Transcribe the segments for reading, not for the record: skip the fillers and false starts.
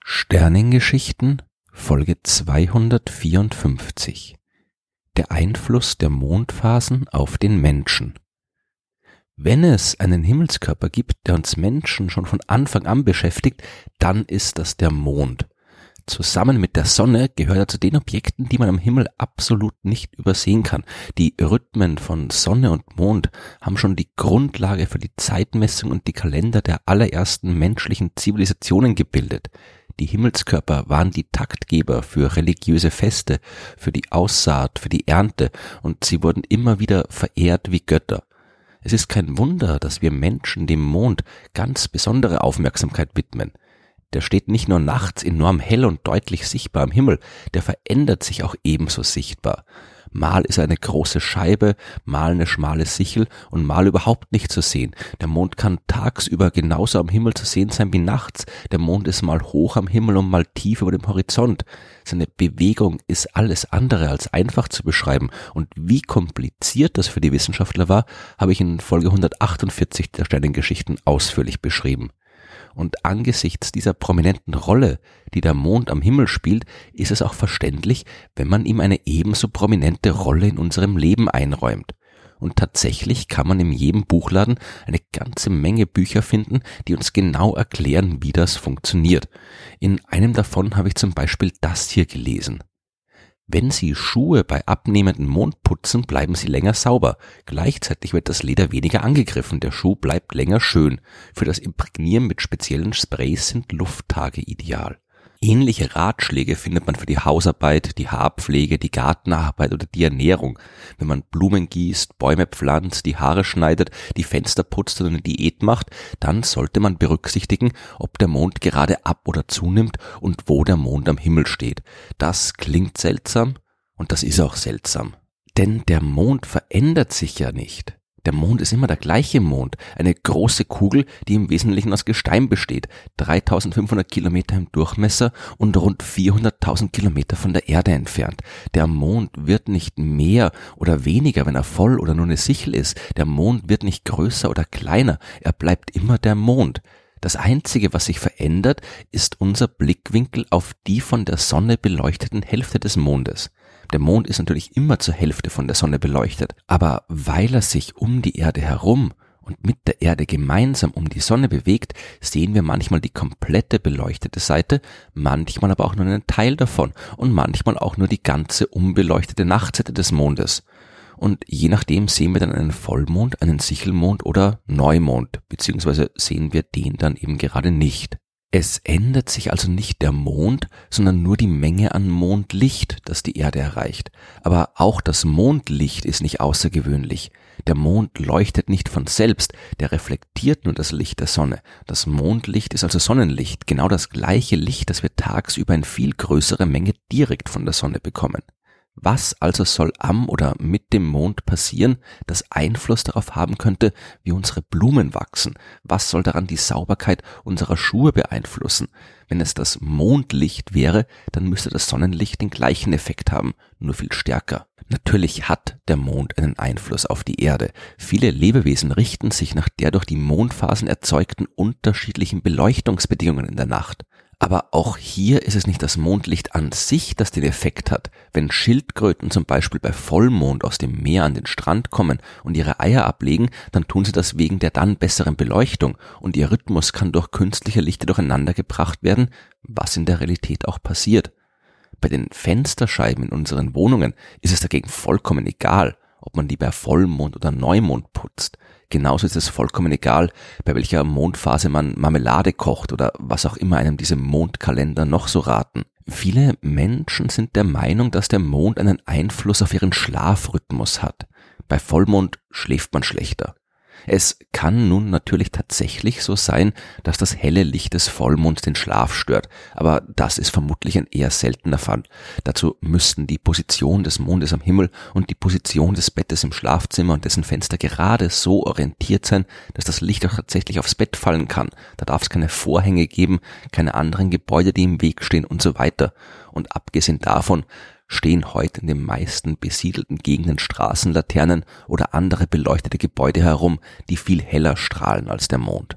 Sternengeschichten Folge 254 Der Einfluss der Mondphasen auf den Menschen. Wenn es einen Himmelskörper gibt, der uns Menschen schon von Anfang an beschäftigt, dann ist das der Mond. Zusammen mit der Sonne gehört er zu den Objekten, die man am Himmel absolut nicht übersehen kann. Die Rhythmen von Sonne und Mond haben schon die Grundlage für die Zeitmessung und die Kalender der allerersten menschlichen Zivilisationen gebildet. Die Himmelskörper waren die Taktgeber für religiöse Feste, für die Aussaat, für die Ernte, und sie wurden immer wieder verehrt wie Götter. Es ist kein Wunder, dass wir Menschen dem Mond ganz besondere Aufmerksamkeit widmen. Der steht nicht nur nachts enorm hell und deutlich sichtbar am Himmel, der verändert sich auch ebenso sichtbar. Mal ist er eine große Scheibe, mal eine schmale Sichel und mal überhaupt nicht zu sehen. Der Mond kann tagsüber genauso am Himmel zu sehen sein wie nachts. Der Mond ist mal hoch am Himmel und mal tief über dem Horizont. Seine Bewegung ist alles andere als einfach zu beschreiben. Und wie kompliziert das für die Wissenschaftler war, habe ich in Folge 148 der Sternengeschichten ausführlich beschrieben. Und angesichts dieser prominenten Rolle, die der Mond am Himmel spielt, ist es auch verständlich, wenn man ihm eine ebenso prominente Rolle in unserem Leben einräumt. Und tatsächlich kann man in jedem Buchladen eine ganze Menge Bücher finden, die uns genau erklären, wie das funktioniert. In einem davon habe ich zum Beispiel das hier gelesen. Wenn Sie Schuhe bei abnehmendem Mond putzen, bleiben sie länger sauber. Gleichzeitig wird das Leder weniger angegriffen, der Schuh bleibt länger schön. Für das Imprägnieren mit speziellen Sprays sind Lufttage ideal. Ähnliche Ratschläge findet man für die Hausarbeit, die Haarpflege, die Gartenarbeit oder die Ernährung. Wenn man Blumen gießt, Bäume pflanzt, die Haare schneidet, die Fenster putzt oder eine Diät macht, dann sollte man berücksichtigen, ob der Mond gerade ab- oder zunimmt und wo der Mond am Himmel steht. Das klingt seltsam und das ist auch seltsam. Denn der Mond verändert sich ja nicht. Der Mond ist immer der gleiche Mond, eine große Kugel, die im Wesentlichen aus Gestein besteht, 3500 Kilometer im Durchmesser und rund 400.000 Kilometer von der Erde entfernt. Der Mond wird nicht mehr oder weniger, wenn er voll oder nur eine Sichel ist. Der Mond wird nicht größer oder kleiner, er bleibt immer der Mond. Das Einzige, was sich verändert, ist unser Blickwinkel auf die von der Sonne beleuchteten Hälfte des Mondes. Der Mond ist natürlich immer zur Hälfte von der Sonne beleuchtet, aber weil er sich um die Erde herum und mit der Erde gemeinsam um die Sonne bewegt, sehen wir manchmal die komplette beleuchtete Seite, manchmal aber auch nur einen Teil davon und manchmal auch nur die ganze unbeleuchtete Nachtseite des Mondes. Und je nachdem sehen wir dann einen Vollmond, einen Sichelmond oder Neumond, beziehungsweise sehen wir den dann eben gerade nicht. Es ändert sich also nicht der Mond, sondern nur die Menge an Mondlicht, das die Erde erreicht. Aber auch das Mondlicht ist nicht außergewöhnlich. Der Mond leuchtet nicht von selbst, der reflektiert nur das Licht der Sonne. Das Mondlicht ist also Sonnenlicht, genau das gleiche Licht, das wir tagsüber in viel größerer Menge direkt von der Sonne bekommen. Was also soll am oder mit dem Mond passieren, das Einfluss darauf haben könnte, wie unsere Blumen wachsen? Was soll daran die Sauberkeit unserer Schuhe beeinflussen? Wenn es das Mondlicht wäre, dann müsste das Sonnenlicht den gleichen Effekt haben, nur viel stärker. Natürlich hat der Mond einen Einfluss auf die Erde. Viele Lebewesen richten sich nach der durch die Mondphasen erzeugten unterschiedlichen Beleuchtungsbedingungen in der Nacht. Aber auch hier ist es nicht das Mondlicht an sich, das den Effekt hat. Wenn Schildkröten zum Beispiel bei Vollmond aus dem Meer an den Strand kommen und ihre Eier ablegen, dann tun sie das wegen der dann besseren Beleuchtung und ihr Rhythmus kann durch künstliche Lichter durcheinander gebracht werden, was in der Realität auch passiert. Bei den Fensterscheiben in unseren Wohnungen ist es dagegen vollkommen egal, ob man die bei Vollmond oder Neumond putzt. Genauso ist es vollkommen egal, bei welcher Mondphase man Marmelade kocht oder was auch immer einem diese Mondkalender noch so raten. Viele Menschen sind der Meinung, dass der Mond einen Einfluss auf ihren Schlafrhythmus hat. Bei Vollmond schläft man schlechter. Es kann nun natürlich tatsächlich so sein, dass das helle Licht des Vollmonds den Schlaf stört, aber das ist vermutlich ein eher seltener Fall. Dazu müssten die Position des Mondes am Himmel und die Position des Bettes im Schlafzimmer und dessen Fenster gerade so orientiert sein, dass das Licht auch tatsächlich aufs Bett fallen kann. Da darf es keine Vorhänge geben, keine anderen Gebäude, die im Weg stehen und so weiter. Und abgesehen davon stehen heute in den meisten besiedelten Gegenden Straßenlaternen oder andere beleuchtete Gebäude herum, die viel heller strahlen als der Mond.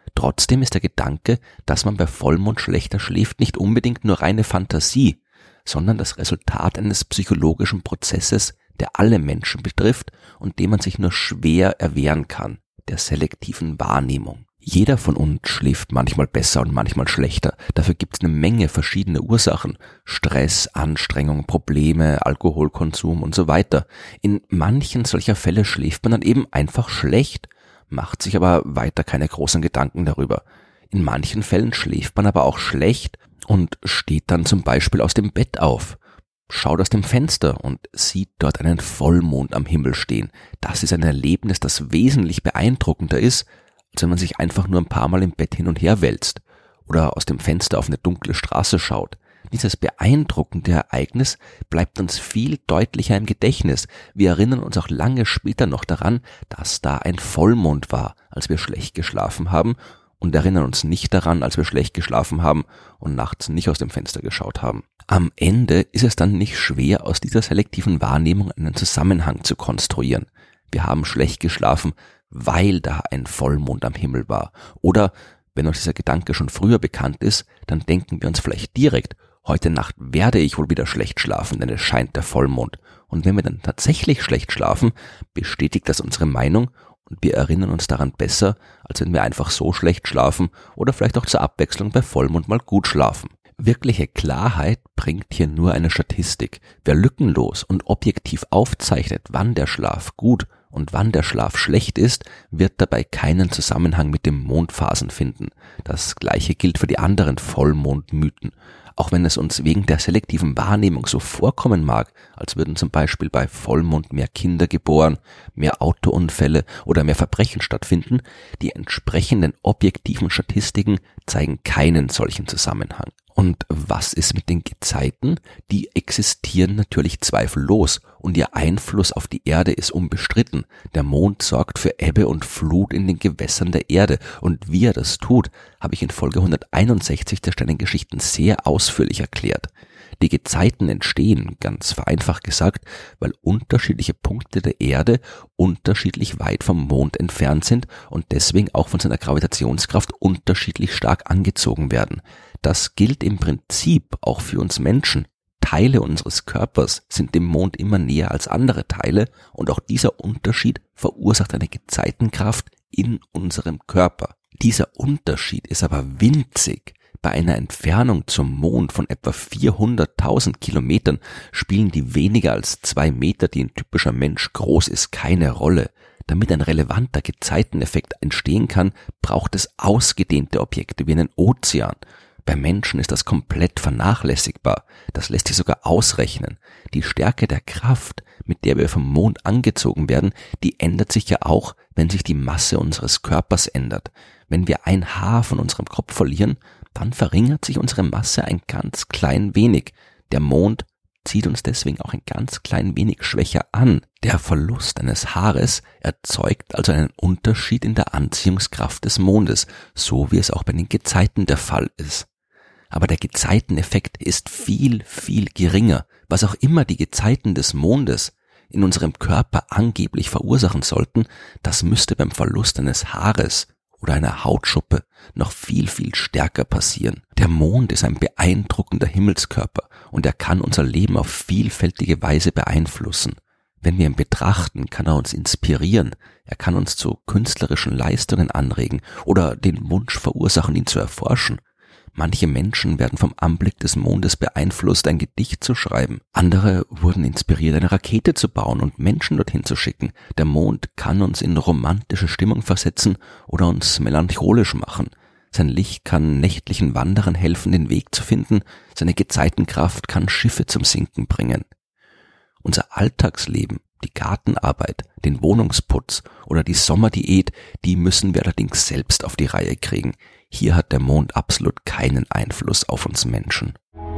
Trotzdem ist der Gedanke, dass man bei Vollmond schlechter schläft, nicht unbedingt nur reine Fantasie, sondern das Resultat eines psychologischen Prozesses, der alle Menschen betrifft und dem man sich nur schwer erwehren kann, der selektiven Wahrnehmung. Jeder von uns schläft manchmal besser und manchmal schlechter. Dafür gibt es eine Menge verschiedene Ursachen. Stress, Anstrengung, Probleme, Alkoholkonsum und so weiter. In manchen solcher Fälle schläft man dann eben einfach schlecht, macht sich aber weiter keine großen Gedanken darüber. In manchen Fällen schläft man aber auch schlecht und steht dann zum Beispiel aus dem Bett auf, schaut aus dem Fenster und sieht dort einen Vollmond am Himmel stehen. Das ist ein Erlebnis, das wesentlich beeindruckender ist, als wenn man sich einfach nur ein paar Mal im Bett hin und her wälzt oder aus dem Fenster auf eine dunkle Straße schaut. Dieses beeindruckende Ereignis bleibt uns viel deutlicher im Gedächtnis. Wir erinnern uns auch lange später noch daran, dass da ein Vollmond war, als wir schlecht geschlafen haben, und erinnern uns nicht daran, als wir schlecht geschlafen haben und nachts nicht aus dem Fenster geschaut haben. Am Ende ist es dann nicht schwer, aus dieser selektiven Wahrnehmung einen Zusammenhang zu konstruieren. Wir haben schlecht geschlafen, weil da ein Vollmond am Himmel war. Oder, wenn uns dieser Gedanke schon früher bekannt ist, dann denken wir uns vielleicht direkt, heute Nacht werde ich wohl wieder schlecht schlafen, denn es scheint der Vollmond. Und wenn wir dann tatsächlich schlecht schlafen, bestätigt das unsere Meinung und wir erinnern uns daran besser, als wenn wir einfach so schlecht schlafen oder vielleicht auch zur Abwechslung bei Vollmond mal gut schlafen. Wirkliche Klarheit bringt hier nur eine Statistik. Wer lückenlos und objektiv aufzeichnet, wann der Schlaf gut und wann der Schlaf schlecht ist, wird dabei keinen Zusammenhang mit den Mondphasen finden. Das Gleiche gilt für die anderen Vollmondmythen. Auch wenn es uns wegen der selektiven Wahrnehmung so vorkommen mag, als würden zum Beispiel bei Vollmond mehr Kinder geboren, mehr Autounfälle oder mehr Verbrechen stattfinden, die entsprechenden objektiven Statistiken zeigen keinen solchen Zusammenhang. Und was ist mit den Gezeiten? Die existieren natürlich zweifellos und ihr Einfluss auf die Erde ist unbestritten. Der Mond sorgt für Ebbe und Flut in den Gewässern der Erde und wie er das tut, habe ich in Folge 161 der Sternengeschichten sehr ausführlich erklärt. Die Gezeiten entstehen, ganz vereinfacht gesagt, weil unterschiedliche Punkte der Erde unterschiedlich weit vom Mond entfernt sind und deswegen auch von seiner Gravitationskraft unterschiedlich stark angezogen werden. Das gilt im Prinzip auch für uns Menschen. Teile unseres Körpers sind dem Mond immer näher als andere Teile und auch dieser Unterschied verursacht eine Gezeitenkraft in unserem Körper. Dieser Unterschied ist aber winzig. Bei einer Entfernung zum Mond von etwa 400.000 Kilometern spielen die weniger als 2 Meter, die ein typischer Mensch groß ist, keine Rolle. Damit ein relevanter Gezeiteneffekt entstehen kann, braucht es ausgedehnte Objekte wie einen Ozean. Bei Menschen ist das komplett vernachlässigbar. Das lässt sich sogar ausrechnen. Die Stärke der Kraft, mit der wir vom Mond angezogen werden, die ändert sich ja auch, wenn sich die Masse unseres Körpers ändert. Wenn wir ein Haar von unserem Kopf verlieren, dann verringert sich unsere Masse ein ganz klein wenig. Der Mond zieht uns deswegen auch ein ganz klein wenig schwächer an. Der Verlust eines Haares erzeugt also einen Unterschied in der Anziehungskraft des Mondes, so wie es auch bei den Gezeiten der Fall ist. Aber der Gezeiteneffekt ist viel, viel geringer. Was auch immer die Gezeiten des Mondes in unserem Körper angeblich verursachen sollten, das müsste beim Verlust eines Haares oder einer Hautschuppe noch viel, viel stärker passieren. Der Mond ist ein beeindruckender Himmelskörper und er kann unser Leben auf vielfältige Weise beeinflussen. Wenn wir ihn betrachten, kann er uns inspirieren, er kann uns zu künstlerischen Leistungen anregen oder den Wunsch verursachen, ihn zu erforschen. Manche Menschen werden vom Anblick des Mondes beeinflusst, ein Gedicht zu schreiben. Andere wurden inspiriert, eine Rakete zu bauen und Menschen dorthin zu schicken. Der Mond kann uns in romantische Stimmung versetzen oder uns melancholisch machen. Sein Licht kann nächtlichen Wanderern helfen, den Weg zu finden. Seine Gezeitenkraft kann Schiffe zum Sinken bringen. Unser Alltagsleben, die Gartenarbeit, den Wohnungsputz oder die Sommerdiät, die müssen wir allerdings selbst auf die Reihe kriegen. Hier hat der Mond absolut keinen Einfluss auf uns Menschen.